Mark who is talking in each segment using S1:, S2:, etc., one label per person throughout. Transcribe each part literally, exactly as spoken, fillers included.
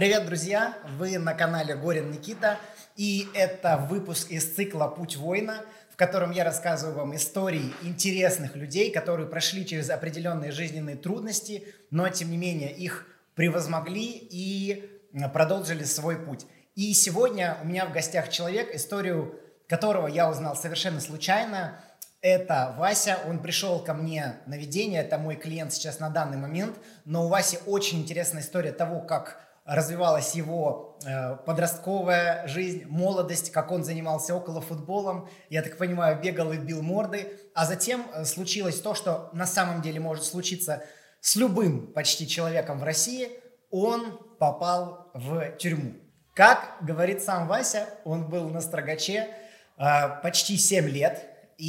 S1: Привет, друзья! Вы на канале Горин Никита, и это выпуск из цикла «Путь воина», в котором я рассказываю вам истории интересных людей, которые прошли через определенные жизненные трудности, но, тем не менее, их превозмогли и продолжили свой путь. И сегодня у меня в гостях человек, историю которого я узнал совершенно случайно. Это Вася, он пришел ко мне на видение, это мой клиент сейчас на данный момент, но у Васи очень интересная история того, как развивалась его э, подростковая жизнь, молодость, как он занимался околофутболом, я так понимаю, бегал и бил морды, а затем э, случилось то, что на самом деле может случиться с любым почти человеком в России, он попал в тюрьму. Как говорит сам Вася, он был на строгаче э, почти семь лет,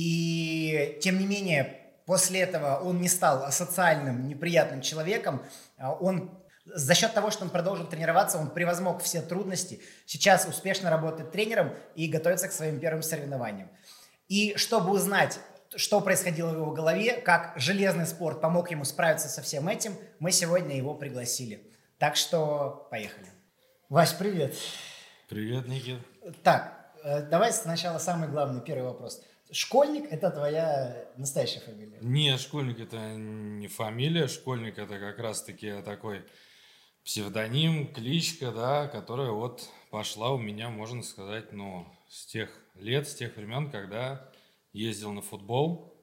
S1: и тем не менее после этого он не стал асоциальным, неприятным человеком, он за счет того, что он продолжил тренироваться, он превозмог все трудности. Сейчас успешно работает тренером и готовится к своим первым соревнованиям. И чтобы узнать, что происходило в его голове, как железный спорт помог ему справиться со всем этим, мы сегодня его пригласили. Так что поехали. Вась, привет.
S2: Привет, Никит.
S1: Так, давай сначала самый главный первый вопрос. Школьник – это твоя настоящая фамилия?
S2: Нет, школьник – это не фамилия. Школьник – это как раз-таки такой псевдоним, кличка, да, которая вот пошла у меня, можно сказать, ну, с тех лет, с тех времен, когда ездил на футбол.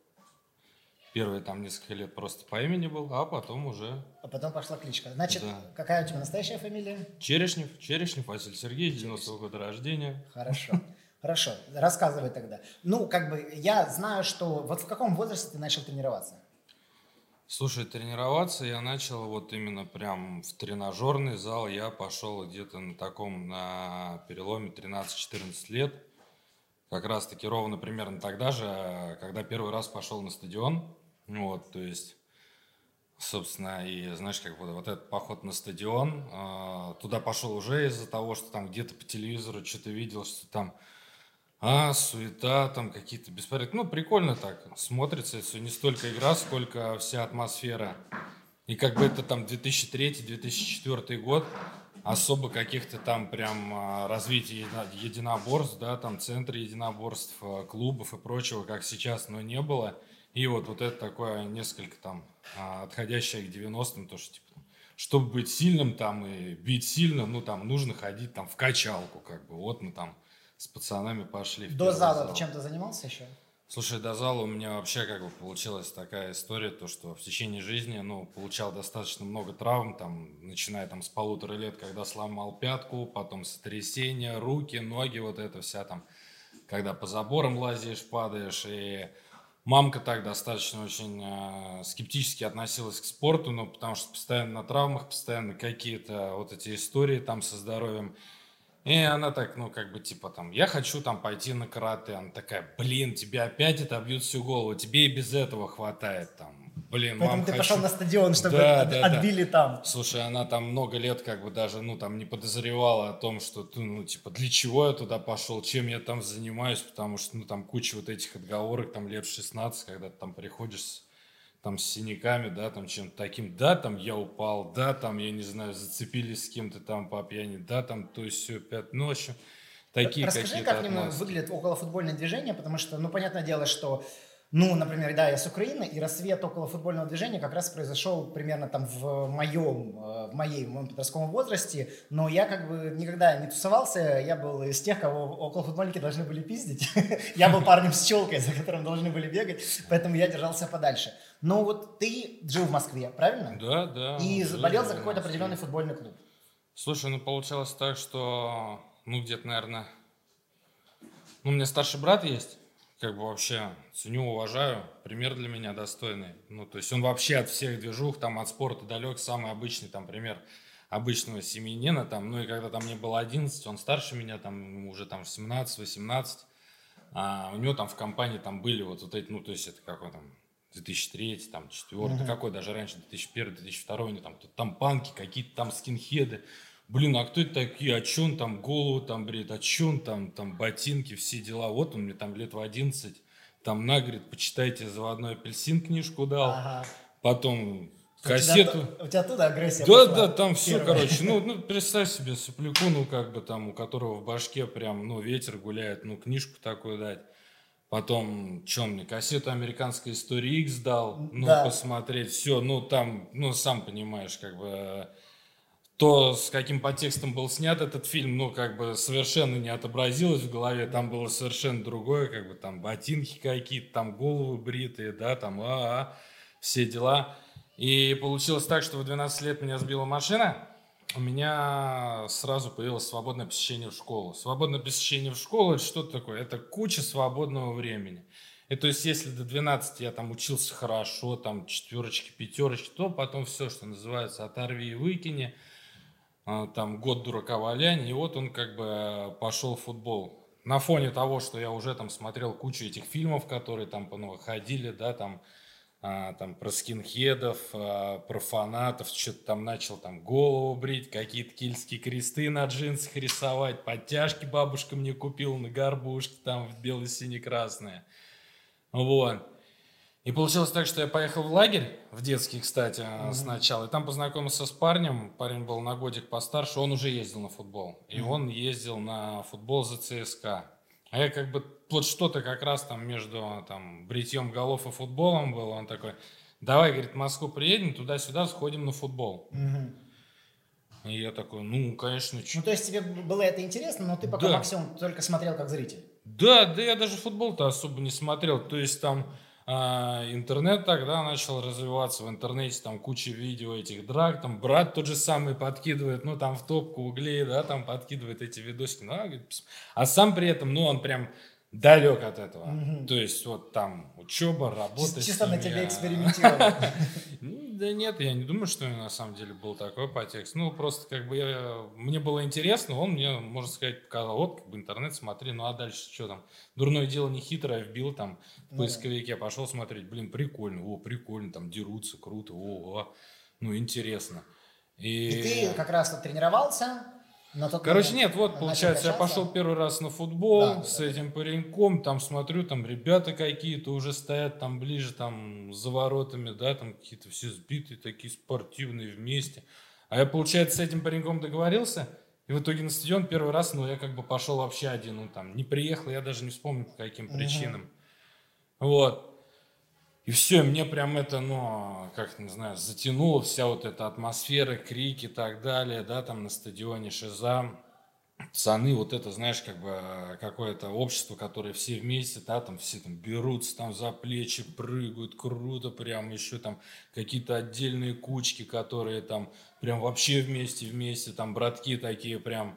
S2: Первые там несколько лет просто по имени был, а потом уже...
S1: А потом пошла кличка. Значит,
S2: да.
S1: Какая у тебя настоящая фамилия?
S2: Черешнев. Черешнев Василий Сергеевич, девяностого года рождения.
S1: Хорошо. Хорошо, рассказывай тогда. Ну, как бы, я знаю, что... Вот в каком возрасте ты начал тренироваться?
S2: Слушай, тренироваться я начал вот именно прям в тренажерный зал. Я пошел где-то на таком, на переломе тринадцать-четырнадцать лет. Как раз таки ровно примерно тогда же, когда первый раз пошел на стадион. Вот, то есть, собственно, и знаешь, как бы вот этот поход на стадион, э, туда пошел уже из-за того, что там где-то по телевизору что-то видел, что там а, суета, там какие-то беспорядки. Ну, прикольно так смотрится. Это не столько игра, сколько вся атмосфера. И как бы это там две тысячи третий - две тысячи четвёртый год. Особо каких-то там прям развития единоборств, да, там центра единоборств, клубов и прочего, как сейчас, но не было. И вот, вот это такое несколько там отходящее к девяностым, то, что типа, чтобы быть сильным там и бить сильно, ну, там нужно ходить там в качалку, как бы. Вот мы там с пацанами пошли.
S1: До зала ты чем-то занимался еще?
S2: Слушай, до зала у меня вообще как бы получилась такая история, то что в течение жизни, ну, получал достаточно много травм, там, начиная там с полутора лет, когда сломал пятку, потом сотрясение, руки, ноги, вот это вся там, когда по заборам лазишь, падаешь, и мамка так достаточно очень э, скептически относилась к спорту, ну, потому что постоянно на травмах, постоянно какие-то вот эти истории там со здоровьем. И она так, ну, как бы, типа, там, я хочу, там, пойти на карате. Она такая, блин, тебе опять это бьют всю голову, тебе и без этого хватает, там, блин,
S1: Поэтому
S2: мам,
S1: ты
S2: хочу...
S1: пошел на стадион, чтобы
S2: да,
S1: от,
S2: да,
S1: отбили
S2: да.
S1: там.
S2: Слушай, она там много лет, как бы, даже, ну, там, не подозревала о том, что, ну, типа, для чего я туда пошел, чем я там занимаюсь, потому что, ну, там, куча вот этих отговорок, там, лет шестнадцать, когда ты там приходишь там с синяками, да, там чем-то таким, да, там я упал, да, там, я не знаю, зацепились с кем-то там по пьяни, да, там, то есть все, пять ночи, такие
S1: Расскажи,
S2: какие-то
S1: как немного
S2: отмазки.
S1: выглядит околофутбольное движение, потому что, ну, понятное дело, что, ну, например, да, я с Украины, и рассвет околофутбольного движения как раз произошел примерно там в моем, в моей, в моем подростковом возрасте, но я как бы никогда не тусовался, я был из тех, кого околофутбольники должны были пиздить, я был парнем с челкой, за которым должны были бегать, поэтому я держался подальше. Но вот ты жил в Москве, правильно?
S2: Да, да.
S1: И болел за какой-то определенный футбольный клуб.
S2: Слушай, ну получалось так, что, ну где-то, наверное, ну у меня старший брат есть, как бы вообще ценю, уважаю, пример для меня достойный. Ну то есть он вообще от всех движух, там от спорта далек, самый обычный там пример обычного семьянина, там, ну и когда там мне было одиннадцать, он старше меня, там ему уже там семнадцать-восемнадцать, а у него там в компании там были вот, вот эти, ну то есть это какой там две тысячи третий, там, четвёртый, uh-huh. какой даже раньше, две тысячи первый - две тысячи второй, там, там панки, какие-то там скинхеды. Блин, а кто это такие? А чё он там голову там бреет? А чё он там, там ботинки, все дела? Вот он мне там лет в одиннадцать, там на, говорит, почитайте «Заводной апельсин» книжку дал.
S1: Ага.
S2: Потом Кассету.
S1: У тебя, у тебя оттуда агрессия
S2: Да,
S1: пошла.
S2: да, там все,
S1: Первая.
S2: короче, ну, ну, представь себе сопляку, ну, как бы там, у которого в башке прям, ну, ветер гуляет, ну, книжку такую дать. Потом, что мне, кассету «Американская история Икс» дал, ну,
S1: Да.
S2: посмотреть, все, ну, там, ну, сам понимаешь, как бы, то, с каким подтекстом был снят этот фильм, ну, как бы, совершенно не отобразилось в голове, там было совершенно другое, как бы, там, ботинки какие-то, там, головы бритые, да, там, а-а, все дела. И получилось так, что в двенадцать лет меня сбила машина, у меня сразу появилось свободное посещение в школу. Свободное посещение в школу – это что такое? Это куча свободного времени. И то есть, если до двенадцати я там учился хорошо, там четверочки, пятерочки, то потом все, что называется, оторви и выкини, а, там год дурака валяния, и вот он как бы пошел в футбол. На фоне того, что я уже там смотрел кучу этих фильмов, которые там выходили, да, там, а, там про скинхедов, а, про фанатов, что-то там начал там голову брить, какие-то кельтские кресты на джинсах рисовать, подтяжки бабушка мне купила на горбушке, там в бело-сине-красные. Вот. И получилось так, что я поехал в лагерь, в детский, кстати,
S1: Мгм.
S2: сначала, и там познакомился с парнем, парень был на годик постарше, он уже ездил на футбол, и
S1: Мгм.
S2: он ездил на футбол за ЦСКА. А я как бы, вот что-то как раз там между там бритьем голов и футболом было, он такой, давай, говорит, в Москву приедем, туда-сюда сходим на футбол.
S1: Мгм.
S2: И я такой, ну, конечно, чё-
S1: Ну, то есть тебе было это интересно, но ты пока
S2: Да.
S1: максимум только смотрел как зритель.
S2: Да, да я даже футбол-то особо не смотрел. То есть там а, интернет тогда начал развиваться. В интернете там куча видео этих драк. Там брат тот же самый подкидывает, ну там в топку углей, да, там подкидывает эти видосики. Ну, а, говорит, пс- а сам при этом, ну он прям далек от этого.
S1: Мгм.
S2: То есть вот там учеба, работа,
S1: Чис- Чисто на
S2: семья.
S1: тебе экспериментировал.
S2: Ну, да нет, я не думаю, что у него на самом деле был такой подтекст. Ну, просто как бы я, мне было интересно, он мне, можно сказать, показал, вот, как бы интернет, смотри, ну а дальше что там? Дурное дело не хитрое, вбил там в
S1: Ну да.
S2: поисковике, пошел смотреть, блин, прикольно, о, прикольно, там дерутся, круто, о, о, ну, интересно.
S1: И
S2: И,
S1: ты как раз вот тренировался на тот
S2: короче,
S1: момент,
S2: нет, вот,
S1: начал
S2: получается, я
S1: качаться.
S2: пошел первый раз на
S1: Да,
S2: футбол
S1: да,
S2: с
S1: да, да.
S2: этим пареньком, там смотрю, там ребята какие-то уже стоят там ближе, там за воротами, да, там какие-то все сбитые, такие спортивные вместе. А я, получается, с этим пареньком договорился, и в итоге на стадион первый раз, ну, я как бы пошел вообще один, ну, там, не приехал, я даже не вспомню, по каким
S1: Мгм.
S2: причинам. Вот. И все, мне прям это, ну, как, не знаю, затянуло вся вот эта атмосфера, крики и так далее, да, там на стадионе Шиза. Пацаны, вот это, знаешь, как бы э, какое-то общество, которое все вместе, да, там все там берутся там за плечи, прыгают, круто, прям еще там какие-то отдельные кучки, которые там прям вообще вместе-вместе, там братки такие прям.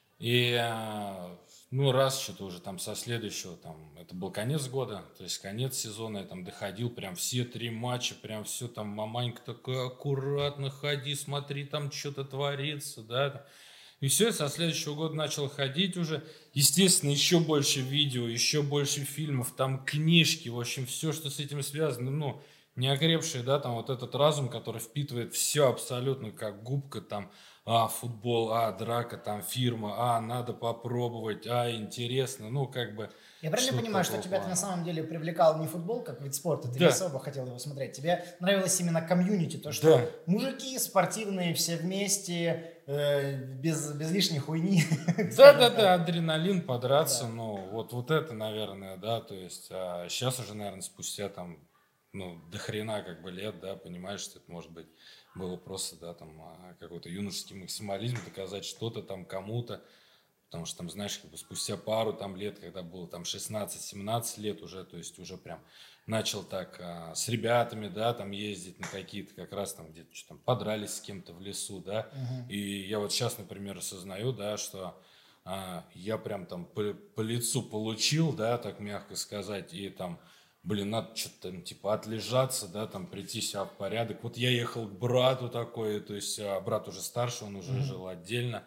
S2: И, э, ну, раз что-то уже там со следующего, там, это был конец года, то есть конец сезона, я там доходил, прям все три матча, прям все там, маманька такая, аккуратно ходи, смотри, там что-то творится, да, и все, со следующего года начал ходить уже. Естественно, еще больше видео, еще больше фильмов, там книжки, в общем, все, что с этим связано. Ну, не окрепший, да, там вот этот разум, который впитывает все абсолютно как губка, там, а, футбол, а, драка, там, фирма, а, надо попробовать, а, интересно, ну, как бы
S1: Я правильно
S2: что-то
S1: понимаю, что
S2: такого
S1: тебя ты на
S2: плана.
S1: самом деле привлекал не футбол как вид спорта, ты не
S2: Да,
S1: особо хотел его смотреть. Тебе нравилось именно комьюнити, то, что
S2: да.
S1: мужики спортивные, все вместе, э, без, без лишней хуйни,
S2: Да,
S1: скажем
S2: да,
S1: так.
S2: да, адреналин, подраться,
S1: Да.
S2: ну, вот, вот это, наверное, да, то есть, а сейчас уже, наверное, спустя там, ну, до хрена как бы лет, да, понимаешь, что это, может быть, было просто, да, там, а, какой-то юношеский максимализм, доказать что-то там кому-то, потому что там, знаешь, как бы спустя пару там лет, когда было там шестнадцать-семнадцать лет уже, то есть уже прям начал так а, с ребятами, да, там ездить на какие-то как раз там где-то что там подрались с кем-то в лесу, да,
S1: Мгм.
S2: и я вот сейчас, например, осознаю, да, что а, я прям там по, по лицу получил, да, так мягко сказать, и там, блин, надо что-то там типа отлежаться, да, там прийти себя в порядок. Вот я ехал к брату такой, то есть а, брат уже старше, он уже
S1: Мгм.
S2: жил отдельно,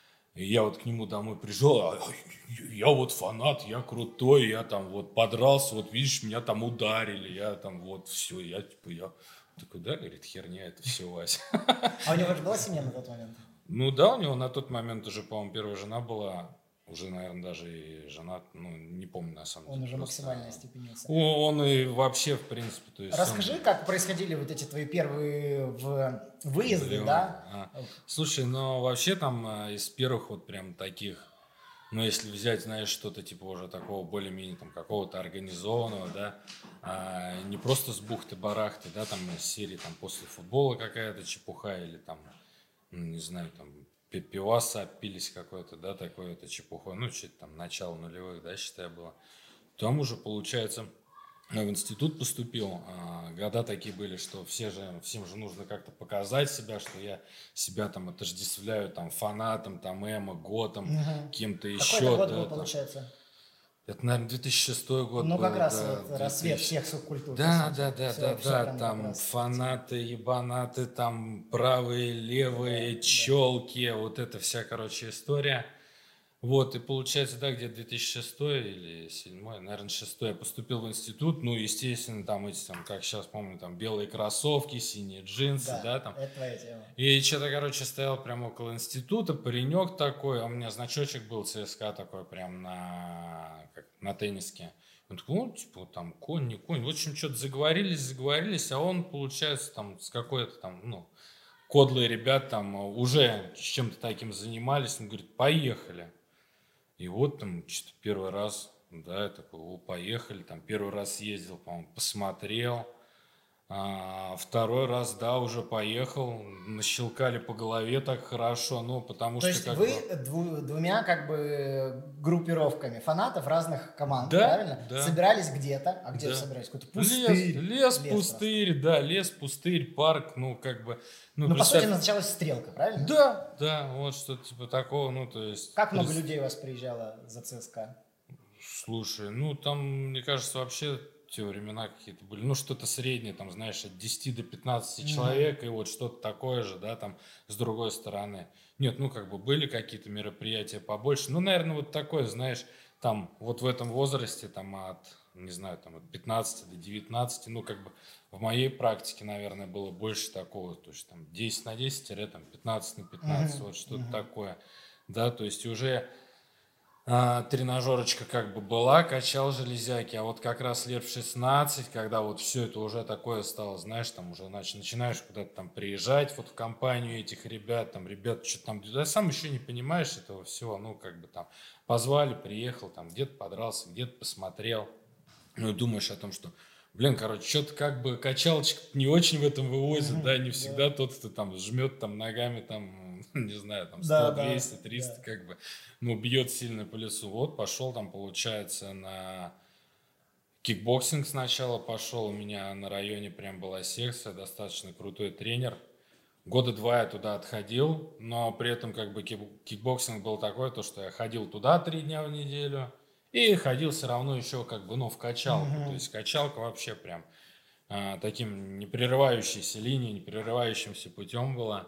S2: и я вот к нему домой пришел, а, я вот фанат, я крутой, я там вот подрался, вот видишь, меня там ударили, я там вот все, я типа, я такой, да, говорит, херня это все, Вася.
S1: А у него же была семья на тот момент?
S2: Ну да, у него на тот момент уже, по-моему, первая жена была, уже, наверное, даже и женат, ну, не помню на самом
S1: Он
S2: деле.
S1: уже
S2: просто,
S1: максимально
S2: а,
S1: остепенился.
S2: Он, он и вообще, в принципе, то есть
S1: Расскажи,
S2: он
S1: как происходили вот эти твои первые в... выезды,
S2: вдалён.
S1: да?
S2: А, Слушай, ну вообще там а, из первых вот прям таких, ну если взять, знаешь, что-то типа уже такого более-менее там какого-то организованного, да, а, не просто с бухты-барахты, да, там из серии там после футбола какая-то чепуха или там, ну, не знаю, там пи- пиваса опились какое-то, да, такое это чепуха, ну что-то там начало нулевых, да, считай, было. Там уже получается, я в институт поступил, а, года такие были, что все же, всем же нужно как-то показать себя, что я себя там отождествляю там фанатом, там эмо, готом,
S1: Мгм.
S2: кем-то
S1: Какой это
S2: еще,
S1: год был,
S2: да, там.
S1: получается?
S2: Это, наверное, две тысячи шестой год
S1: Ну, как
S2: был,
S1: раз
S2: да,
S1: вот рассвет
S2: две тысячи.
S1: всех субкультур, по
S2: Да,
S1: сути.
S2: да, да,
S1: Все,
S2: да,
S1: все
S2: да,
S1: там как
S2: там
S1: раз активно.
S2: фанаты, ебанаты, там правые,
S1: Да,
S2: левые,
S1: да.
S2: челки, вот эта вся, короче, история. Вот, и получается, да, где-то две тысячи шестой или седьмой, наверное, шестой я поступил в институт, ну, естественно, там эти, там, как сейчас помню, там, белые кроссовки, синие джинсы,
S1: Да,
S2: да, там.
S1: это твоя тема.
S2: И что-то, короче, стоял прямо около института, паренек такой, а у меня значочек был ЦСКА такой прям на, как, на тенниске. Он такой, ну, типа, там, конь, не конь. В общем, что-то заговорились, заговорились, а он, получается, там, с какой-то там, ну, кодлые ребят там уже чем-то таким занимались. Он говорит, поехали. И вот там что-то первый раз, да, я такой, о, поехали, там первый раз ездил, по-моему, посмотрел, а, второй раз, да, уже поехал, нащелкали по голове так хорошо, ну, потому
S1: То
S2: что
S1: есть
S2: как
S1: вы
S2: бы,
S1: дву- двумя как бы группировками фанатов разных команд,
S2: да,
S1: правильно?
S2: да,
S1: Собирались где-то, а где вы
S2: да.
S1: собирались? Какой-то
S2: Лес,
S1: пустырь.
S2: лес,
S1: Лес просто.
S2: пустырь, да, лес, пустырь, парк, ну, как бы, ну,
S1: Ну, по сути,
S2: представь,
S1: назначалась стрелка, правильно?
S2: да, да, вот что-то типа такого, ну, то есть,
S1: Как много
S2: пред-
S1: людей у вас приезжало за ЦСКА?
S2: Слушай, ну там, мне кажется, вообще те времена какие-то были, ну что-то среднее, там, знаешь, от десяти до пятнадцати
S1: Мгм.
S2: человек, и вот что-то такое же, да, там, с другой стороны. Нет, ну как бы были какие-то мероприятия побольше, ну, наверное, вот такое, знаешь, там, вот в этом возрасте, там, от, не знаю, там, от пятнадцати до девятнадцати, ну, как бы в моей практике, наверное, было больше такого, то есть там десять на десять, там, пятнадцать на пятнадцать,
S1: Мгм.
S2: вот что-то
S1: Мгм.
S2: такое, да, то есть уже а, тренажерочка как бы была, качал железяки, а вот как раз лет в шестнадцать, когда вот все это уже такое стало, знаешь, там уже нач- начинаешь куда-то там приезжать вот в компанию этих ребят, там ребят что-то там, да сам еще не понимаешь этого всего, ну как бы там позвали, приехал, там где-то подрался, где-то посмотрел, ну и думаешь о том, что, блин, короче, что-то как бы качалочка не очень в этом вывозит, да,
S1: Мгм.
S2: не
S1: Да.
S2: всегда тот, кто там жмет там ногами, там, не знаю, там
S1: Да,
S2: сто,
S1: да,
S2: двести, триста,
S1: да.
S2: как бы, ну, бьет сильно по лицу. Вот, пошел там, получается, на кикбоксинг сначала пошел, у меня на районе прям была секция, достаточно крутой тренер. Года два я туда отходил, но при этом как бы кик- кикбоксинг был такой, то что я ходил туда три дня в неделю и ходил все равно еще как бы, ну, в качалку. То
S1: Мгм.
S2: есть качалка вообще прям а, таким непрерывающейся линией, непрерывающимся путем была.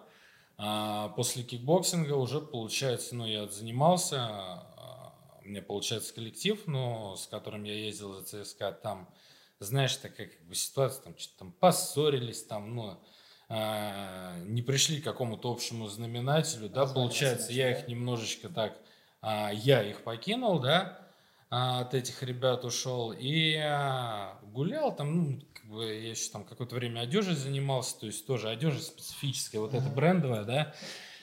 S2: А после кикбоксинга уже, получается, ну, я занимался, а, у меня, получается, коллектив, но с которым я ездил за ЦСКА, там, знаешь, такая как бы ситуация, там что-то там поссорились, там, ну, а, не пришли к какому-то общему знаменателю, да,
S1: Разваливаться
S2: получается,
S1: начали,
S2: я
S1: да?
S2: их немножечко так, а, я их покинул, да, а, от этих ребят ушел и а, гулял там, ну, как бы я еще там какое-то время одежей занимался, то есть тоже одежа специфическая, вот эта
S1: Мгм.
S2: брендовая, да.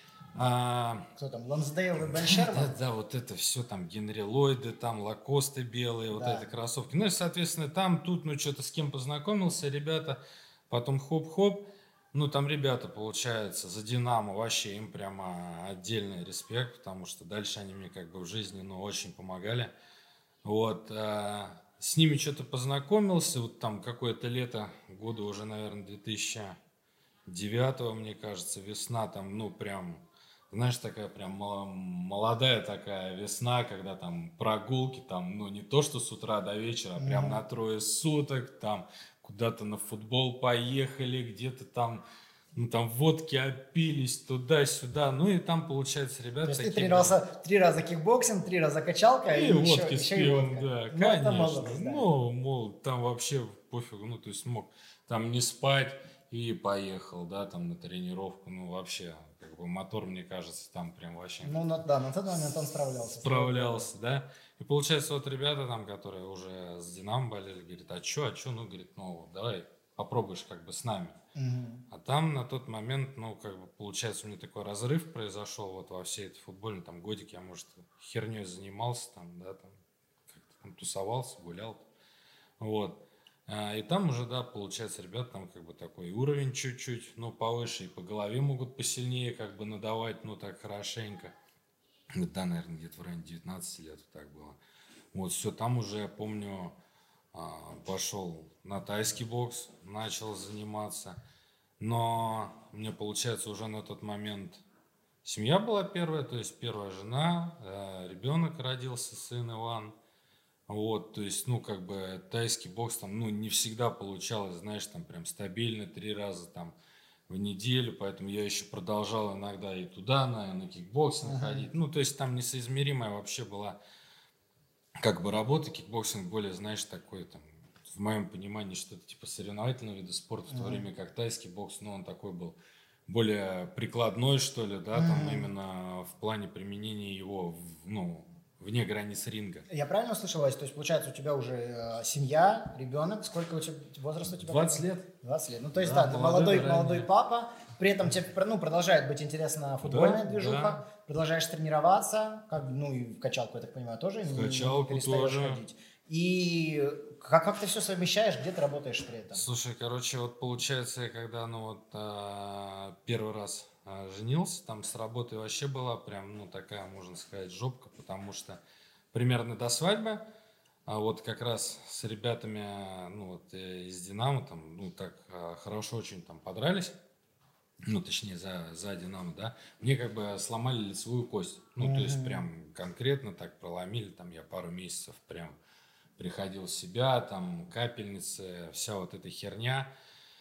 S2: А,
S1: Кто там? Лансдейл и Бен
S2: да, да,
S1: Шерман?
S2: да, вот это все там Генри Ллойды, там Лакосты белые, вот это
S1: Да.
S2: кроссовки. Ну и, соответственно, там, тут, ну, что-то с кем познакомился, ребята, потом хоп-хоп, ну, там ребята, получается, за Динамо вообще им прямо отдельный респект, потому что дальше они мне как бы в жизни, ну, очень помогали. Вот, а, с ними что-то познакомился, вот там какое-то лето, года уже, наверное, две тысячи девятого, мне кажется, весна, там, ну, прям, знаешь, такая прям мало- молодая такая весна, когда там прогулки, там, ну, не то, что с утра до вечера, а прям на
S1: Мгм.
S2: трое суток, там, куда-то на футбол поехали, где-то там, ну, там водки опились туда-сюда, ну, и там, получается,
S1: То
S2: ребят
S1: есть ты
S2: такие были.
S1: тренировался три раза кикбоксинг, три раза качалка
S2: И
S1: и еще,
S2: водки с
S1: еще и
S2: пивом,
S1: водка.
S2: да,
S1: Ну, это
S2: конечно.
S1: молодость, да.
S2: Ну, мол, там вообще пофигу, ну, то есть мог там не спать и поехал, да, там на тренировку, ну, вообще, как такой мотор, мне кажется, там прям вообще...
S1: Ну, на, да, на тот момент он справлялся.
S2: Справлялся, да. И получается, вот ребята там, которые уже с «Динамо» болели, говорят, а чё, а чё? Ну, говорит, ну, давай попробуешь как бы с нами.
S1: Угу.
S2: А там на тот момент, ну, как бы, получается, у меня такой разрыв произошел вот во всей этой футбольной, там, годик я, может, херней занимался, там, да, там, как-то там тусовался, гулял. Вот. А, и там уже, да, получается, ребята там как бы такой уровень чуть-чуть, ну, повыше, и по голове могут посильнее как бы надавать, ну, так хорошенько. Да, наверное, где-то в районе девятнадцати лет вот так было. Вот, все, там уже, я помню, а, пошел на тайский бокс, начал заниматься. Но мне, получается, уже на тот момент семья была первая, то есть первая жена, э, ребенок родился, сын Иван. Вот, то есть, ну, как бы тайский бокс там, ну, не всегда получалось, знаешь, там прям стабильно три раза там в неделю, поэтому я еще продолжал иногда и туда, на, на кикбоксинг
S1: Ага.
S2: ходить. Ну, то есть там несоизмеримая вообще была как бы работа, кикбоксинг более, знаешь, такой там, в моем понимании, что-то типа соревновательного вида спорта, в то
S1: Ага.
S2: время как тайский бокс, ну, он такой был более прикладной, что ли, да, там
S1: Мгм.
S2: именно в плане применения его, в, ну, вне границ ринга.
S1: Я правильно услышал, Вась? То есть, получается, у тебя уже э, семья, ребенок. Сколько у тебя возраст у тебя?
S2: двадцать лет.
S1: двадцать лет. Ну, то есть,
S2: Да,
S1: да, ты
S2: молодой,
S1: молодой, молодой
S2: ранний.
S1: папа. При этом тебе ну, продолжает быть интересна футбольная
S2: Да,
S1: движуха.
S2: да.
S1: Продолжаешь тренироваться. Как, ну, и в качалку, я так понимаю, тоже.
S2: В
S1: не- не
S2: качалку
S1: перестаешь
S2: тоже.
S1: ходить. И как, как ты все совмещаешь? Где ты работаешь при этом?
S2: Слушай, короче, вот получается, я когда, ну вот, а, первый раз а, женился, там с работой вообще была прям, ну, такая, можно сказать, жопка, потому что примерно до свадьбы, а вот как раз с ребятами, а, ну, вот, э, из «Динамо», там, ну, так а, хорошо очень там подрались, ну, точнее, за, за «Динамо», да, мне как бы сломали лицевую кость, ну, то есть
S1: Мгм.
S2: прям конкретно так проломили, там, я пару месяцев прям приходил в себя, там, капельницы, вся вот эта херня.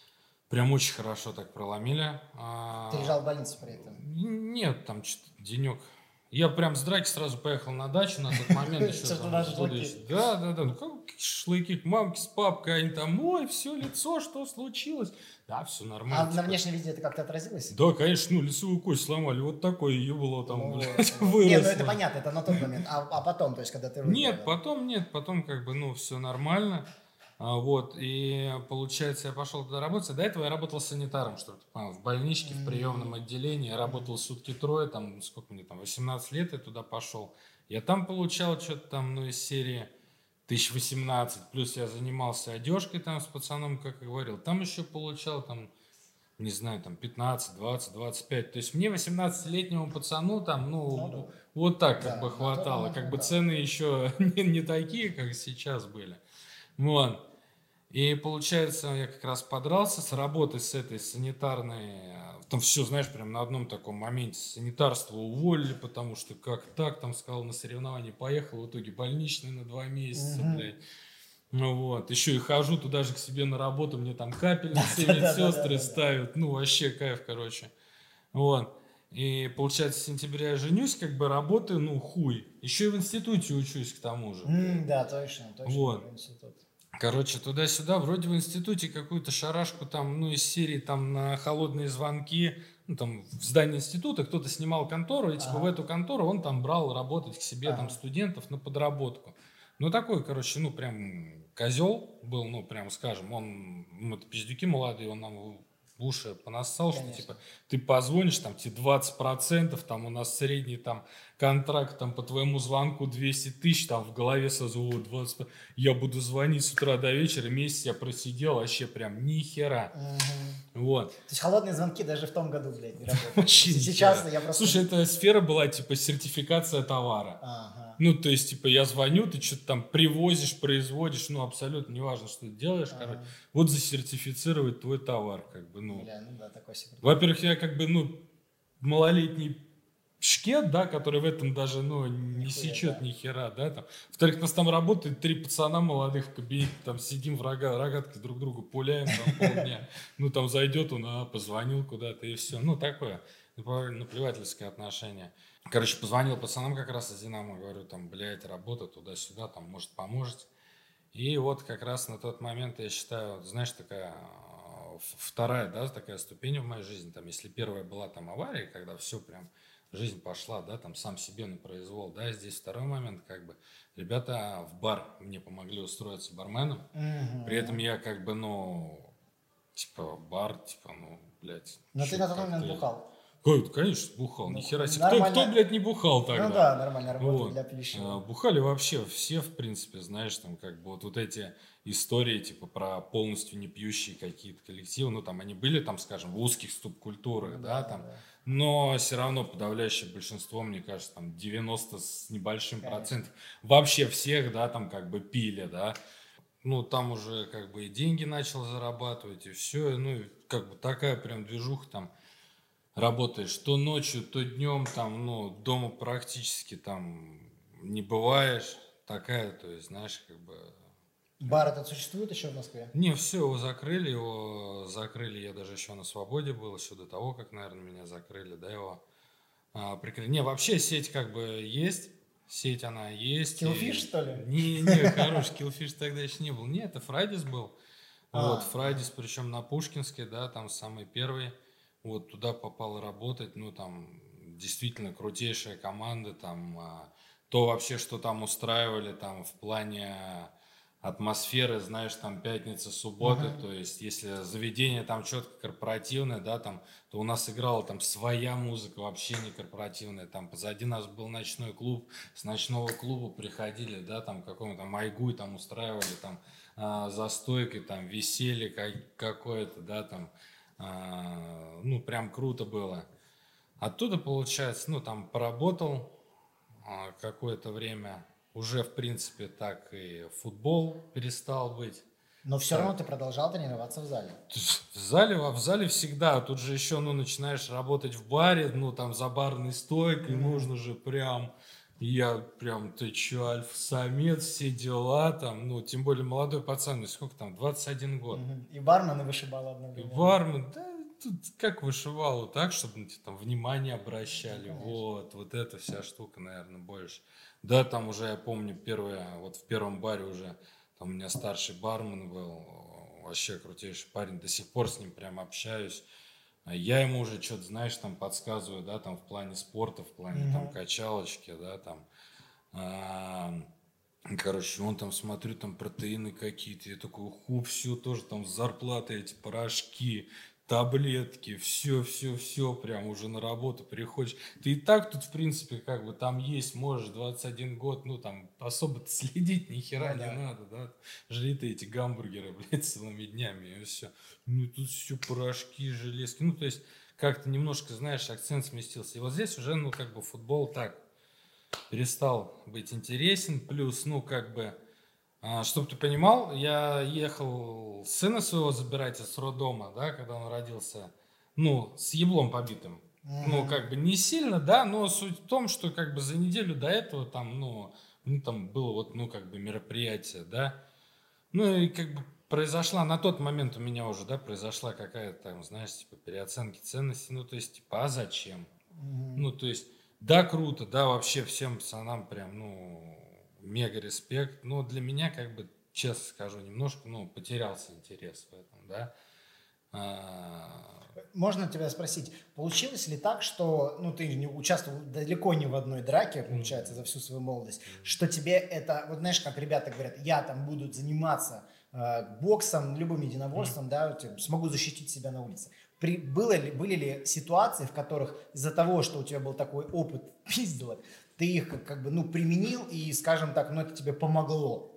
S2: Прям очень хорошо так проломили.
S1: Ты
S2: А,
S1: лежал в больнице при этом?
S2: Нет, там что-то денек. Я прям с драки сразу поехал на дачу на тот момент еще
S1: Что-то
S2: там.
S1: на
S2: оттуда
S1: шашлыки.
S2: еще- Да, да, да. Ну как шашлыки, мамки с папкой, они там, ой, все лицо, что случилось? Да, все
S1: А
S2: нормально.
S1: на
S2: типа.
S1: внешнем виде это как-то отразилось?
S2: Да, конечно, ну лицевую кость сломали. Вот такое ебло там,
S1: Ну,
S2: блядь,
S1: вот, вот. Не, ну это
S2: выросло.
S1: понятно, это на тот момент. А, а потом, то есть, когда ты
S2: Нет,
S1: выздоровел?
S2: потом нет, потом как бы, ну, все нормально. А, вот, и получается, я пошел туда работать. До этого я работал санитаром, чтобы ты понял, в больничке, в приемном отделении. Я работал сутки трое, там, сколько мне там, восемнадцать лет я туда пошел. Я там получал что-то там, ну, из серии тысяч восемнадцать, плюс я занимался одежкой там с пацаном, как я говорил. Там еще получал там, не знаю, там пятнадцать, двадцать, двадцать пять. То есть мне восемнадцатилетнему пацану там, ну,
S1: Ну да.
S2: вот так
S1: Да,
S2: как бы
S1: на тот
S2: хватало.
S1: момент
S2: Как бы
S1: хватало.
S2: цены еще не, не такие, как сейчас были. Вот. И получается, я как раз подрался с работы с этой санитарной. э, Там все, знаешь, прям на одном таком моменте санитарство уволили, потому что как так, там сказал, на соревнования поехал, в итоге больничный на два месяца,
S1: Мгм.
S2: блядь. Ну вот, еще и хожу туда же к себе на работу, мне там капельницы
S1: Да-да-да-да-да-да.
S2: медсестры ставят, ну вообще кайф, короче. Вот. И получается, с сентября я женюсь, как бы работаю, ну хуй. Еще и в институте учусь к тому же.
S1: М, Да, точно, точно.
S2: Вот.
S1: про институт.
S2: Короче, туда-сюда, вроде в институте какую-то шарашку там, ну, из серии там на холодные звонки, ну, там в здании института кто-то снимал контору, и типа
S1: Ага.
S2: в эту контору он там брал работать к себе там
S1: Ага.
S2: студентов на подработку. Ну, такой, короче, ну, прям козел был, ну, прям скажем, он, мы пиздюки молодые, он нам в уши понассал, что
S1: Конечно.
S2: типа ты позвонишь, там тебе двадцать процентов, там у нас средний там контракт там по твоему звонку двести тысяч, там в голове сразу вот двадцать, я буду звонить с утра до вечера, месяц я просидел, вообще прям ни хера.
S1: Мгм.
S2: Вот.
S1: То есть холодные звонки даже в том году, блядь, не работают.
S2: Вообще ни
S1: Сейчас
S2: хера.
S1: я просто...
S2: Слушай, эта сфера была типа сертификация товара.
S1: Ага.
S2: Ну, то есть, типа, я звоню, ты что-то там привозишь, производишь, ну, абсолютно неважно, что ты делаешь,
S1: Ага.
S2: короче. Вот засертифицировать твой товар, как бы, ну.
S1: Бля, ну да, такой себе.
S2: Во-первых, я как бы, ну, малолетний шкет, да, который в этом даже, ну, не
S1: Нихуя,
S2: сечет
S1: да.
S2: ни хера, да, там. Во-вторых, у нас там работает три пацана молодых в кабинете, там сидим в рога, рогаткой друг другу пуляем там полдня. Ну, там зайдет он, а, позвонил куда-то и все. Ну, такое, наплевательское отношение. Короче, позвонил пацанам как раз из «Динамо», говорю, там, блядь, работа туда-сюда, там, может, поможете. И вот как раз на тот момент, я считаю, знаешь, такая вторая, да, такая ступень в моей жизни. Там, если первая была там авария, когда все прям, жизнь пошла, да, там сам себе на произвол, да, здесь второй момент, как бы, ребята в бар мне помогли устроиться барменом, при этом
S1: Мгм.
S2: я как бы, ну, типа, бар, типа, ну, блядь,
S1: Но ты
S2: что
S1: на тот момент
S2: коктейль.
S1: бухал.
S2: Ой, конечно, бухал,
S1: Ну,
S2: нихера себе. Кто, кто,
S1: нормально.
S2: блядь, не бухал
S1: Ну
S2: тогда?
S1: да, нормально работа для
S2: Вот. А,
S1: пищевого.
S2: Бухали вообще все, в принципе, знаешь, там, как бы, вот, вот эти истории, типа, про полностью не пьющие какие-то коллективы, ну, там, они были, там, скажем, в узких субкультурах,
S1: Ну
S2: да,
S1: да,
S2: там,
S1: да,
S2: но все равно подавляющее большинство, мне кажется, там, девяносто с небольшим
S1: конечно.
S2: процентов, вообще всех, да, там, как бы, пили, да, ну, там уже, как бы, и деньги начал зарабатывать, и все, ну, и, как бы, такая прям движуха, там, работаешь то ночью, то днем, там, ну, дома практически там не бываешь. Такая, то есть, знаешь, как бы
S1: Бар
S2: прям...
S1: этот существует еще в Москве?
S2: Не, все, его закрыли, его закрыли, я даже еще на свободе был, еще до того, как, наверное, меня закрыли, да, его а, прикрыли. Не, вообще сеть как бы есть, сеть она есть,
S1: Killfish,
S2: и...
S1: что ли?
S2: Не, не, хороший Killfish тогда еще не был. Не, это Фрайдис был. Вот,
S1: А,
S2: Фрайдис, причем на Пушкинской, да, там самый первый. Вот туда попал работать, ну, там действительно крутейшая команда, там а, то вообще, что там устраивали, там в плане атмосферы, знаешь, там пятница, суббота,
S1: мгм.
S2: то есть если заведение там четко корпоративное, да, там, то у нас играла там своя музыка, вообще не корпоративная, там позади нас был ночной клуб, с ночного клуба приходили, да, там какому-то Майгуй там устраивали, там а, за стойкой, там веселье как- какое-то, да, там, а, ну, прям круто было. Оттуда, получается, ну, там поработал а, какое-то время, уже, в принципе, так и футбол перестал быть.
S1: Но все равно
S2: Так,
S1: ты продолжал тренироваться в зале.
S2: в зале, а в зале всегда, тут же еще, ну, начинаешь работать в баре, ну, там, за барной стойкой,
S1: Мгм.
S2: нужно же прям, я прям, ты че, альфа-самец, все дела, там, ну, тем более молодой пацан, ну, сколько там, двадцать один год.
S1: Мгм. И бармен и вышибал
S2: И
S1: одновременно.
S2: бармен, да, тут как вышивало, так, чтобы на тебя там внимание
S1: Ну,
S2: обращали,
S1: конечно.
S2: вот, вот эта вся штука, наверное, больше. Да, там уже, я помню, первое, вот в первом баре уже, там у меня старший бармен был, вообще крутейший парень, до сих пор с ним прям общаюсь. А я ему уже что-то, знаешь, там подсказываю, да, там в плане спорта, в плане там
S1: Мгм.
S2: качалочки, да, там. А, Короче, он там, смотрю, там протеины какие-то. Я такой, ху, все тоже там с зарплаты эти порошки, таблетки, все, все, все, прям уже на работу приходишь. Ты и так тут, в принципе, как бы там есть, можешь, двадцать один год, ну, там, особо следить ни хера
S1: Ну
S2: не
S1: да.
S2: надо, да. Жри ты эти гамбургеры, блядь, целыми днями, и все. Ну, тут все порошки, железки. Ну, то есть, как-то немножко, знаешь, акцент сместился. И вот здесь уже, ну, как бы футбол так перестал быть интересен. Плюс, ну, как бы, а, чтобы ты понимал, я ехал сына своего забирать из роддома, да, когда он родился, ну, с еблом побитым. Ну,
S1: Мгм.
S2: как бы не сильно, да, но суть в том, что как бы за неделю до этого там, ну, ну там было вот, ну, как бы мероприятие, да. Ну, и как бы произошла на тот момент у меня уже, да, произошла какая-то там, знаешь, типа переоценки ценностей. Ну, то есть, типа, а зачем?
S1: Мгм.
S2: Ну, то есть, да, круто, да, вообще всем пацанам прям, ну, мега респект. Но для меня, как бы, честно скажу, немножко, ну, потерялся интерес в этом, да. А,
S1: Можно тебя спросить, получилось ли так, что, ну, ты не участвовал далеко не в одной драке, получается, за всю свою молодость, что тебе это, вот знаешь, как ребята говорят, я там буду заниматься э, боксом, любым единоборством, да, вот, э, смогу защитить себя на улице. При, было ли, были ли ситуации, в которых из-за того, что у тебя был такой опыт пизделок, ты их как, как бы, ну, применил и, скажем так, ну, это тебе помогло?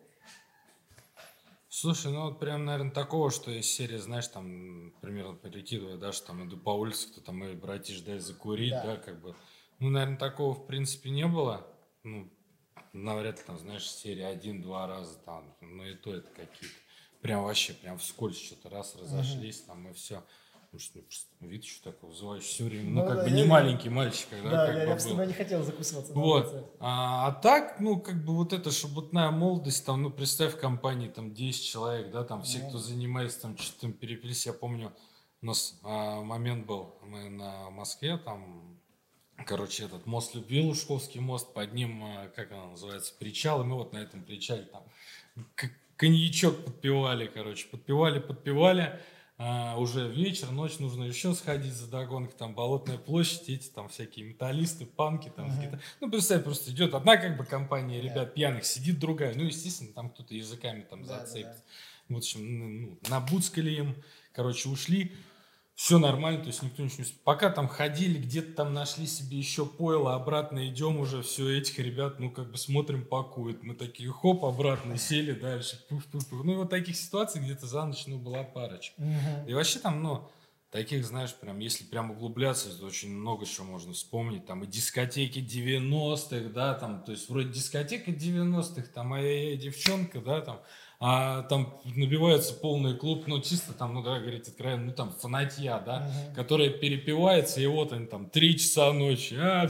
S2: Слушай, ну вот прям, наверное, такого, что из серии, знаешь, там, примерно перекидывая, да, что там иду по улице, кто там, эй, братиш, дай закурить,
S1: Да.
S2: да, как бы. Ну, наверное, такого, в принципе, не было. Ну, навряд ли, там, знаешь, серии один-два раза, там, ну, и то это какие-то. Прям вообще, прям вскользь что-то раз
S1: Мгм.
S2: разошлись, там, и все. Потому что, ну, просто вид еще такой вызывающий все время. Ну,
S1: Ну,
S2: как
S1: да,
S2: бы
S1: я,
S2: не
S1: я-
S2: маленький мальчик, да,
S1: да,
S2: как
S1: я,
S2: бы
S1: я бы с
S2: был.
S1: тобой не хотел закусываться на улице.
S2: Вот. А, а так, ну, как бы вот эта шебутная молодость, там, ну, представь, в компании там десять человек, да, там все, кто
S1: Ну,
S2: занимается, там, что-то там переплелись. Я помню, у нас а, момент был, мы на Москве, там, короче, этот мост любви, Лужковский мост, под ним, а, как он называется, причал, и мы вот на этом причале там к- коньячок подпивали, короче, подпивали, подпивали. а, уже вечер, ночь, нужно еще сходить за догонкой, там Болотная площадь, эти там всякие металлисты, панки, там, uh-huh. гитар... ну, представь, просто идет одна как бы компания ребят yeah. пьяных, сидит другая, ну, естественно, там кто-то языками там да, зацепит. Да, да. В общем, ну, набуцкали им, короче, ушли. Все нормально, то есть никто ничего не... Пока там ходили, где-то там нашли себе еще пойло, обратно идем уже, все, этих ребят, ну, как бы смотрим, пакуют. Мы такие, хоп, обратно сели дальше, пуф-пуф-пуф. Ну, и вот таких ситуаций где-то за ночь, ну, была парочка. Угу. И вообще там, ну, таких, знаешь, прям, если прям углубляться, то очень много чего можно вспомнить. Там и дискотеки девяностых, да, там, то есть вроде дискотека девяностых, там, ай-яй-яй, девчонка, да, там, а там набивается полный клуб, ну, чисто там, ну, да, говорить откровенно, ну, там, фанатья, да, uh-huh. которая перепивается, и вот они там три часа ночи, а,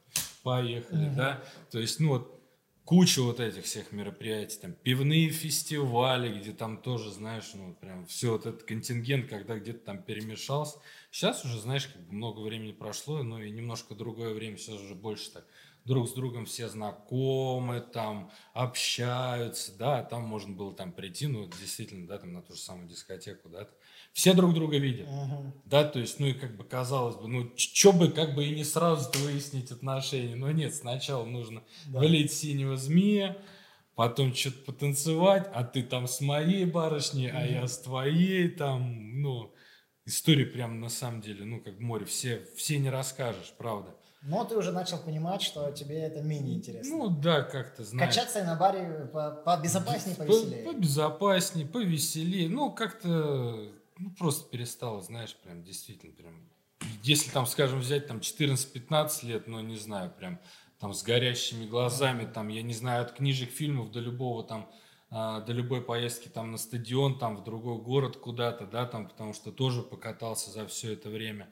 S2: поехали, uh-huh. да, то есть, ну, вот, куча вот этих всех мероприятий, там, пивные фестивали, где там тоже, знаешь, ну, прям все вот этот контингент, когда где-то там перемешался. Сейчас уже, знаешь, как бы много времени прошло, ну, и немножко другое время, сейчас уже больше так друг с другом все знакомы, там, общаются, да, там можно было там прийти, ну, действительно, да, там, на ту же самую дискотеку, да, все друг друга видят, uh-huh. да, то есть, ну, и как бы, казалось бы, ну, чё бы, как бы, и не сразу выяснить отношения, но нет, сначала нужно да. вылить синего змея, потом что-то потанцевать, а ты там с моей барышней, uh-huh. а я с твоей, там, ну, истории прям, на самом деле, ну, как море, все, все не расскажешь, правда.
S1: Но ты уже начал понимать, что тебе это менее интересно.
S2: Ну да, как-то знаешь.
S1: Качаться на баре побезопаснее, повеселее.
S2: Побезопаснее, повеселее. Ну, как-то, ну, просто перестало, знаешь, прям действительно прям. Если там, скажем, взять там четырнадцать-пятнадцать лет, ну, не знаю, прям там с горящими глазами, там, я не знаю, от книжек, фильмов до любого там, до любой поездки там на стадион, там в другой город куда-то, да, там, потому что тоже покатался за все это время.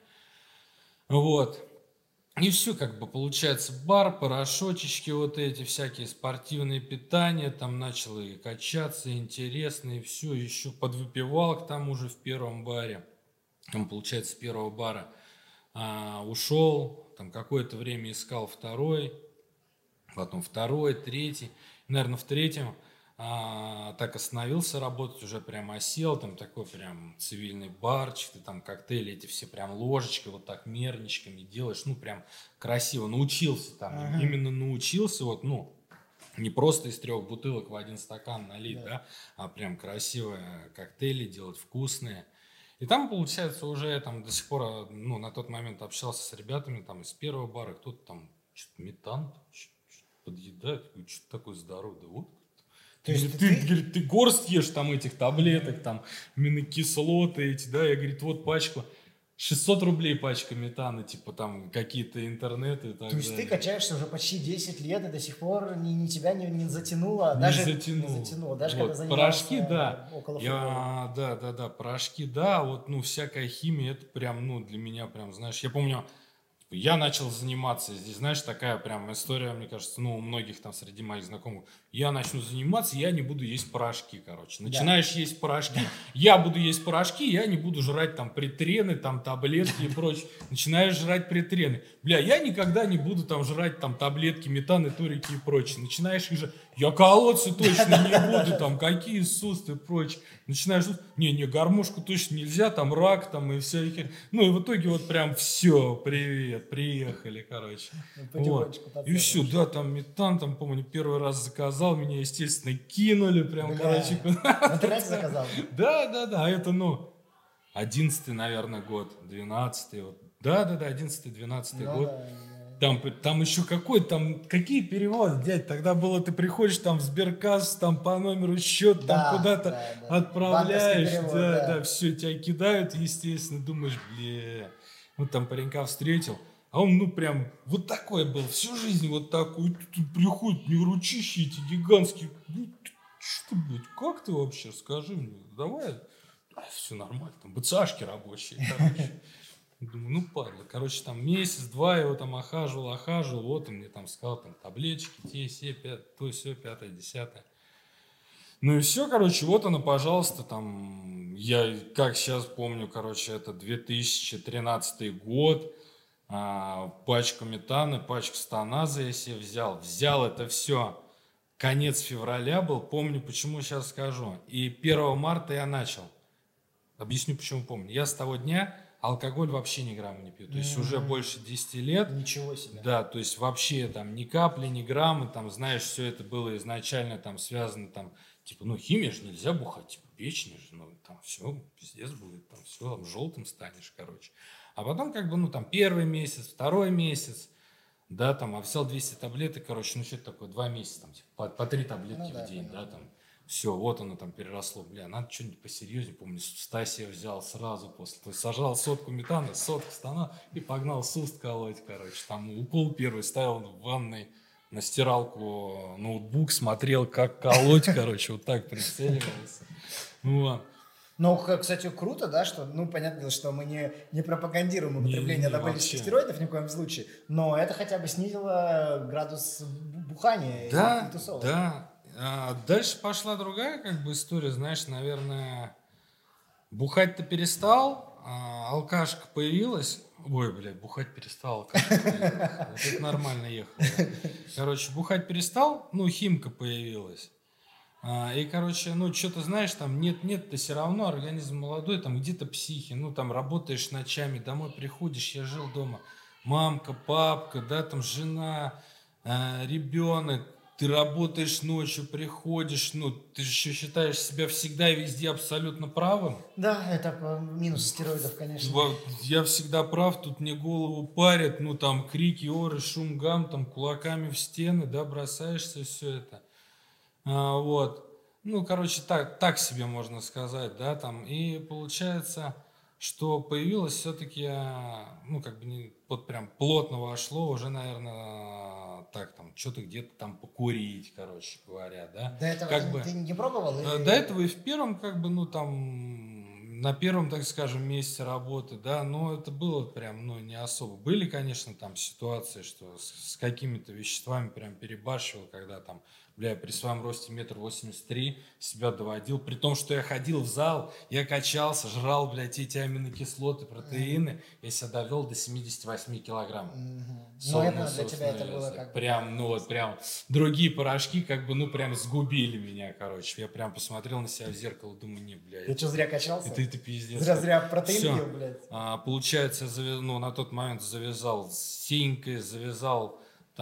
S2: Вот. И все, как бы, получается, бар, порошочечки вот эти, всякие спортивные питания, там начало и качаться, интересно, и все, еще подвыпивал к тому же в первом баре, там, получается, с первого бара а, ушел, там, какое-то время искал второй, потом второй, третий, наверное, в третьем а, так остановился работать, уже прям осел, там такой прям цивильный барчик, ты там коктейли эти все прям ложечкой, вот так мерничками делаешь, ну прям красиво, научился там, ага. именно научился, вот, ну, не просто из трех бутылок в один стакан налить, да, да а прям красивые коктейли делать, вкусные. И там, получается, уже я там до сих пор, ну, на тот момент общался с ребятами там из первого бара, кто-то там, что-то метан, что-то подъедает, что-то такое здоровое, да вот. То есть ты, ты, говорит, ты горсть ешь там этих таблеток, там, аминокислоты эти, да, я, говорит, вот пачку, шестьсот рублей пачка метана, типа там какие-то интернеты и так
S1: То есть
S2: далее.
S1: ты качаешься уже почти десять лет и до сих пор ни, ни тебя не, не затянуло,
S2: не
S1: даже
S2: затянуло.
S1: не затянуло, даже
S2: вот,
S1: когда занимался
S2: порошки, да.
S1: около
S2: я, да, да, да, порошки, да, вот, ну, всякая химия, это прям, ну, для меня прям, знаешь, я помню, я начал заниматься, здесь, знаешь, такая прям история, мне кажется, ну, у многих там среди моих знакомых. Я начну заниматься, я не буду есть порошки, короче. Начинаешь да. есть порошки, да. я буду есть порошки, я не буду жрать там притрены, там таблетки и прочее. Начинаешь жрать притрены. Бля, я никогда не буду там жрать там таблетки, метаны, турики и прочее. Начинаешь их же, я колоться точно не буду, там, какие сусы и прочее. Начинаешь, не, не, гармошку точно нельзя, там рак, там и всякие. Ну и в итоге вот прям все, привет, приехали, короче. Вот. И все, да, там метан, там, помню, первый раз заказал, меня, естественно, кинули, прям, Бля. короче.
S1: В интернете заказал?
S2: Да, да, да, это, ну, одиннадцатый, наверное, год, двенадцатый, вот. Да, да, да, одиннадцатый-двенадцатый ну, год. Да. Там, там еще какой, там, какие переводы, дядь, тогда было, ты приходишь там в Сберкасс, там по номеру счет,
S1: да,
S2: там куда-то
S1: да, да.
S2: отправляешь,
S1: перевод,
S2: да,
S1: да,
S2: да, все, тебя кидают, естественно, думаешь, бля, вот там паренька встретил, а он, ну, прям, вот такой был, всю жизнь вот такой, тут приходит, мне ручищи эти гигантские, ну, что, блядь, как ты вообще, скажи мне, давай, а, все нормально, там, БЦАшки рабочие, короче. Думаю, ну, падла. Короче, там месяц-два его там охаживал, охаживал. Вот он мне там сказал, там, таблеточки, те, все, пять, то, все, пятое, десятое. Ну и все, короче, вот оно, пожалуйста, там, я, как сейчас помню, короче, это две тысячи тринадцатый год, а, пачку метана, пачку станаза я себе взял. Взял это все. Конец февраля был, помню, почему сейчас скажу. И первого марта я начал. Объясню, почему помню. Я с того дня алкоголь вообще ни грамма не пью. То есть уже больше десяти лет.
S1: Ничего себе.
S2: Да, то есть вообще там ни капли, ни грамма, там, знаешь, все это было изначально там связано там, типа, ну, химия же нельзя бухать, типа, печень же, ну, там все, пиздец будет, там все, там, желтым станешь, короче. А потом, как бы, ну, там, первый месяц, второй месяц, да, там, а взял двести таблеток, короче, ну, что-то такое, два месяца, там, типа, по, по три таблетки
S1: Ну, да,
S2: в день,
S1: понятно.
S2: да, там, все, вот оно там переросло, бля, надо что-нибудь посерьезнее, помню, Стасия взял сразу после, то есть сажал сотку метана, сотку стана и погнал суст колоть, короче, там, укол первый ставил в ванной, на стиралку ноутбук, смотрел, как колоть, короче, вот так прицеливался, вот.
S1: Ну, х- кстати, круто, да, что, ну, понятное дело, что мы не, не пропагандируем употребление
S2: Не-не-не,
S1: анаболических
S2: вообще.
S1: стероидов ни в коем случае, но это хотя бы снизило градус бу- бухания и- и,
S2: Да,
S1: тусовок.
S2: да. А дальше пошла другая как бы история, знаешь, наверное, бухать-то перестал, а алкашка появилась. Ой, блядь, бухать перестал, алкашка появилась. Вот это нормально ехал. Да. Короче, бухать перестал, ну, химка появилась. А, и, короче, ну, что-то, знаешь, там нет-нет, ты все равно, организм молодой, там где-то психи, ну, там работаешь ночами, домой приходишь, я жил дома, мамка, папка, да, там жена, а, ребенок, ты работаешь ночью, приходишь, ну, ты же еще считаешь себя всегда и везде абсолютно правым.
S1: Да, это по- минус стероидов, конечно.
S2: Вот, я всегда прав, тут мне голову парят, ну, там крики, оры, шум, гам, там кулаками в стены, да, бросаешься, все это. А, вот. Ну, короче, так, так себе можно сказать, да, там. И получается, что появилось все-таки, ну, как бы, не, вот прям плотно вошло уже, наверное, так, там, что-то где-то там покурить, короче говоря, да.
S1: До этого
S2: Как
S1: ты,
S2: бы,
S1: ты не пробовал?
S2: э,
S1: Или...
S2: до этого и в первом, как бы, ну, там, на первом, так скажем, месяце работы, да, но это было прям, ну, не особо. Были, конечно, там ситуации, что с, с какими-то веществами прям перебарщивал, когда там, бля, я при своем росте метр восемьдесят три себя доводил, при том, что я ходил в зал, я качался, жрал, блядь, эти аминокислоты, протеины, я себя довел до семидесяти восьми килограмм.
S1: Мгм.
S2: Со-
S1: Ну, это
S2: ну,
S1: для тебя
S2: собственно,
S1: это было
S2: веса.
S1: как бы...
S2: Прям, ну вот прям другие порошки как бы, ну прям сгубили меня, короче. Я прям посмотрел на себя в зеркало, думаю, не, бля,
S1: Ты
S2: это,
S1: что, зря качался?
S2: это, это пиздец.
S1: Зря-зря протеин
S2: Всё.
S1: пил, блядь.
S2: А, получается, завяз- ну, на тот момент завязал с синькой, завязал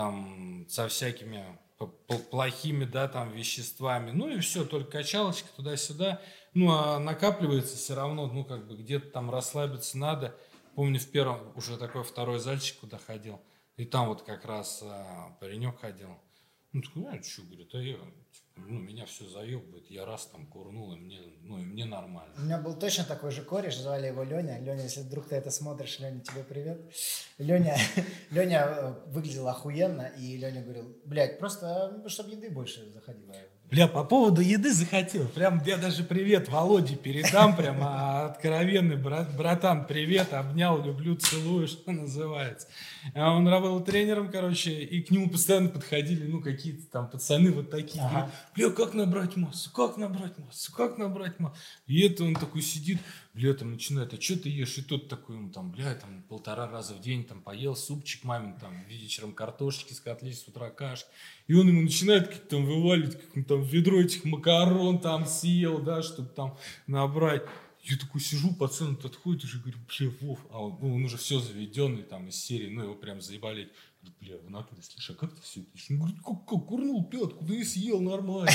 S2: там со всякими п- п- плохими, да, там, веществами. Ну и все, только качалочка туда-сюда. Ну, а накапливается все равно, ну, как бы где-то там расслабиться надо. Помню, в первом, уже такой второй зальчик, куда ходил. И там вот как раз а, паренек ходил. Ну, такой, а что, говорит, а я, типа, ну, меня все заебывает, я раз там курнул, и мне, ну, и мне нормально.
S1: У меня был точно такой же кореш, звали его Леня. Леня, если вдруг ты это смотришь, Леня, тебе привет. Леня, Леня э, выглядел охуенно, и Леня говорил, блядь, просто, чтобы еды больше заходило.
S2: Бля, по поводу еды захотел. Прям я даже привет Володе передам. Прям а, откровенный брат, братан, привет, обнял, люблю, целую, что называется. А он работал тренером, короче, и к нему постоянно подходили, ну, какие-то там пацаны вот такие.
S1: Ага.
S2: Бля, как набрать массу, как набрать массу, как набрать массу. И это он такой сидит, бля, там начинает, а что ты ешь? И тот такой, ему там, бля, там полтора раза в день там поел супчик мамин, там вечером картошечки с котлетой, с утра кашки. И он ему начинает как там вываливать, как он там ведро этих макарон там съел, да, чтобы там набрать. Я такой сижу, пацан отходит, уже говорю, бля, Вов, а он, ну, он уже все заведенный там из серии, ну его прям заебали. Говорю, бля, в натуре, слушай, а как ты все это ешь? Он говорит, как, как, курнул пятку, да и съел нормально.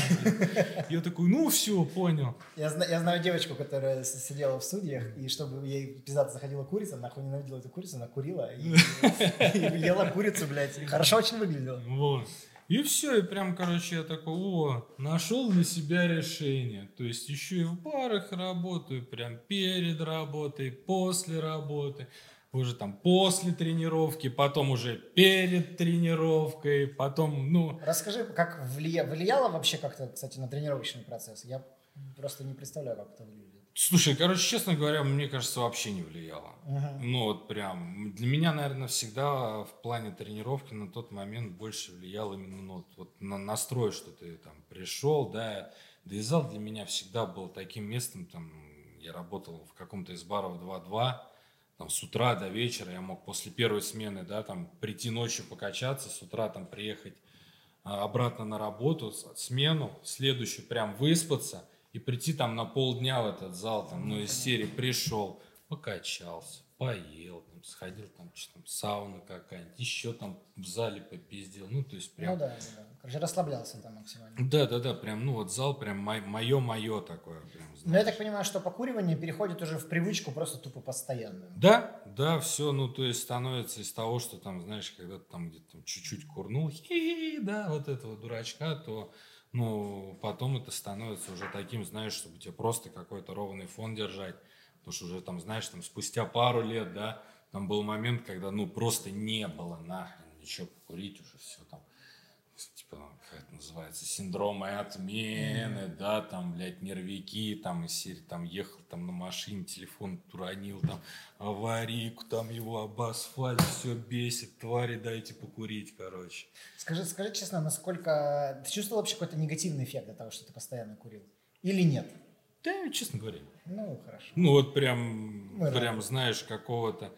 S2: Я такой, ну все, понял.
S1: Я, зна- я знаю девочку, которая с- сидела в студиях, и чтобы ей пиздато заходила курица, нахуй ненавидела эту курицу, она курила и, и ела курицу, блядь. Хорошо очень выглядела.
S2: Вот. И все, и прям, короче, я такой, о, нашел для себя решение. То есть еще и в барах работаю, прям перед работой, после работы, уже там после тренировки, потом уже перед тренировкой, потом, ну...
S1: Расскажи, как влия- влияло вообще как-то, кстати, на тренировочный процесс? Я просто не представляю, как это выглядит.
S2: Слушай, короче, честно говоря, мне кажется, вообще не влияло.
S1: Ага.
S2: Ну вот прям, для меня, наверное, всегда в плане тренировки на тот момент больше влиял именно ну, вот, вот на настрой, что ты там пришел, да. Да и зал для меня всегда был таким местом, там, я работал в каком-то из баров два-два, там с утра до вечера я мог после первой смены, да, там прийти ночью покачаться, с утра там приехать а, обратно на работу, с- смену, следующую прям выспаться, и и прийти там на полдня в этот зал, там, ну, из серии пришел, покачался, поел, там, сходил, там, что там, сауна какая-нибудь, еще там в зале попиздил, ну, то есть прям...
S1: Ну да, да, да. Короче, расслаблялся там максимально.
S2: Да-да-да, прям, ну, вот зал прям мое-мое такое, прям, знаешь.
S1: Но я так понимаю, что покуривание переходит уже в привычку просто тупо постоянную.
S2: Да, да, все, ну, то есть становится из того, что там, знаешь, когда ты там где-то там чуть-чуть курнул, хи-хи, да, вот этого дурачка, то, ну, потом это становится уже таким, знаешь, чтобы тебе просто какой-то ровный фон держать, потому что уже там, знаешь, там спустя пару лет, да, там был момент, когда, ну, просто не было нахрен ничего покурить, уже все там, типа, как это называется, синдромы отмены, mm-hmm. да, там, блядь, нервики, там, из серии, там, ехал, там, на машине, телефон уронил, там, аварийку, там, его об асфальт, все бесит, твари, дайте покурить, короче.
S1: Скажи, скажи честно, насколько... Ты чувствовал вообще какой-то негативный эффект от того, что ты постоянно курил? Или нет?
S2: Да, честно говоря.
S1: Ну, хорошо.
S2: Ну, вот прям, Мы прям, рады. Знаешь, какого-то...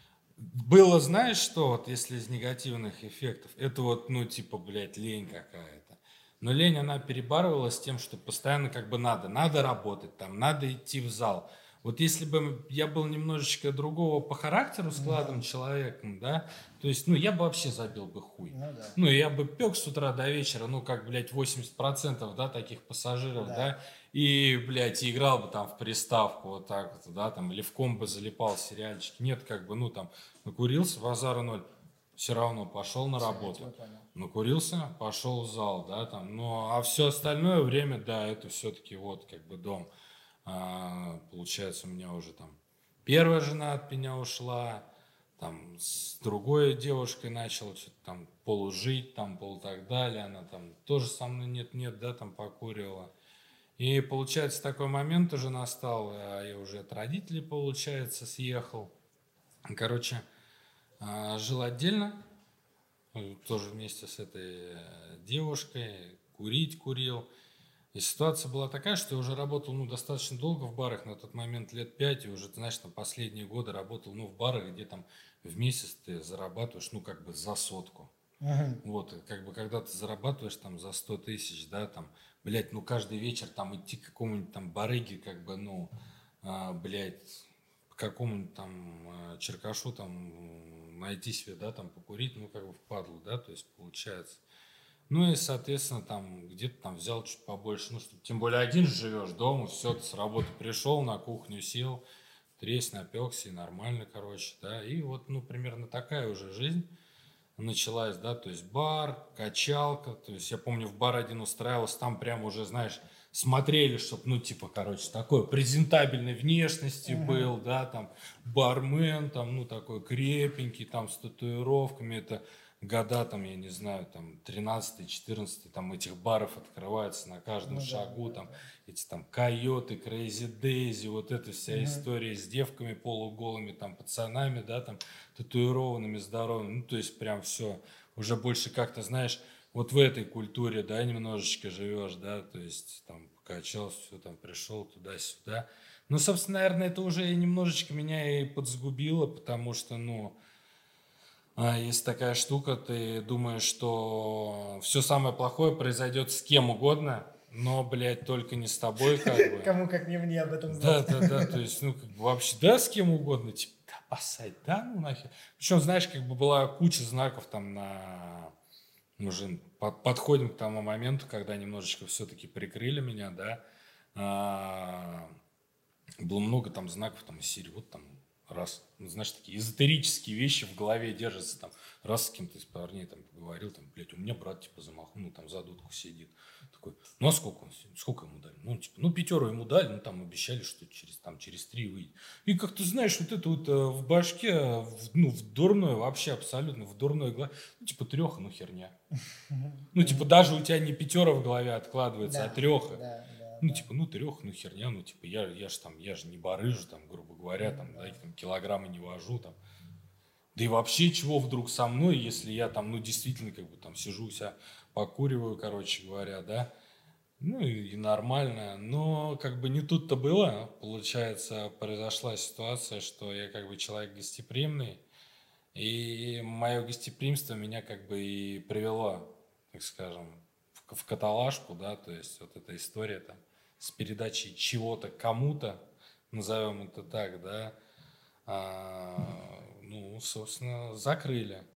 S2: Было, знаешь, что вот если из негативных эффектов, это вот, ну, типа, блядь, лень какая-то. Но лень, она перебарывалась тем, что постоянно как бы надо, надо работать там, надо идти в зал. Вот если бы я был немножечко другого по характеру складом mm-hmm. человеком, да, то есть, ну, я бы вообще забил бы хуй. Ну, да. Ну, я бы пек с утра до вечера, ну, как, блядь, восемьдесят процентов, да, таких пассажиров, да, да и, блядь, играл бы там в приставку вот так вот, да, там, или в комбо залипал сериальчики. Нет, как бы, ну, там, накурился, базара ноль, все равно пошел на работу. Накурился, пошел в зал, да, там, ну, а все остальное время, да, это все-таки вот, как бы, дом. А, получается, у меня уже там первая жена от меня ушла, там с другой девушкой начал что-то там полужить, там пол так далее, она там тоже со мной нет-нет, да, там покуривала. И получается, такой момент уже настал, я уже от родителей, получается, съехал. Короче, жил отдельно, тоже вместе с этой девушкой, курить курил. И ситуация была такая, что я уже работал, ну, достаточно долго в барах, на тот момент лет пять, и уже, ты знаешь, там последние годы работал, ну, в барах, где там в месяц ты зарабатываешь, ну, как бы за сотку. Uh-huh. Вот, как бы, когда ты зарабатываешь там за сто тысяч, да, там, блядь, ну, каждый вечер там идти к какому-нибудь там барыге, как бы, ну, а, блядь, к какому-нибудь там а, черкашу там найти себе, да, там покурить, ну, как бы впадло, да, то есть получается. Ну и, соответственно, там где-то там взял чуть побольше, ну, что, тем более один живешь дома, все, ты с работы пришел, на кухню сел, тресь напекся, и нормально, короче, да, и вот, ну, примерно такая уже жизнь началась, да, то есть бар, качалка, то есть я помню, в бар один устраивался, там прям уже, знаешь, смотрели, чтобы, ну, типа, короче, такой презентабельной внешности uh-huh. был, да, там, бармен, там, ну, такой крепенький, там, с татуировками, это года, там, я не знаю, там, тринадцатый, четырнадцатый, там, этих баров открывается на каждом ну, шагу, да, там, да. эти, там, койоты, Крейзи Дейзи, вот эта вся uh-huh. история с девками полуголыми, там, пацанами, да, там, татуированными, здоровыми, ну, то есть, прям все, уже больше как-то, знаешь, вот в этой культуре, да, немножечко живешь, да, то есть, там, покачался, все, там, пришел туда-сюда. Ну, собственно, наверное, это уже немножечко меня и подсгубило, потому что, ну, есть такая штука, ты думаешь, что все самое плохое произойдет с кем угодно, но, блядь, только не с тобой, как бы.
S1: Кому как не мне об этом знать.
S2: Да, да, да, то есть, ну, как бы вообще, да, с кем угодно, типа, да, посадь, да, ну, нахер. Причем, знаешь, как бы была куча знаков там на... Мы же подходим к тому моменту, когда немножечко все-таки прикрыли меня, да. А, было много там знаков, там, из серии, вот там, раз, ну, знаешь, такие эзотерические вещи в голове держатся, там, раз с кем-то из парней там поговорил, там, блядь, у меня брат, типа, замахнул, ну, там, за дудку сидит. Такой, ну, а сколько он сидит? Сколько ему дали? Ну, типа, ну, пятеру ему дали, ну, там, обещали, что через, там, через три выйдет. И, как ты знаешь, вот это вот э, в башке, в, ну, в дурной, вообще абсолютно, в дурной голове, ну, типа, треха, ну, херня. Ну, типа, даже у тебя не пятера в голове откладывается, а треха. Ну, типа, ну, трех, ну, херня, ну, типа, я, я же там, я же не барыжу, там, грубо говоря, там, да, там, килограммы не вожу, там. Да и вообще, чего вдруг со мной, если я там, ну, действительно, как бы, там, сижу у себя, покуриваю, короче говоря, да, ну, и, и нормально, но, как бы, не тут-то было, получается, произошла ситуация, что я, как бы, человек гостеприимный, и мое гостеприимство меня, как бы, и привело, так скажем, в, в каталажку, да, то есть, вот эта история, там, с передачей чего-то кому-то, назовем это так, да, а, ну, собственно, закрыли.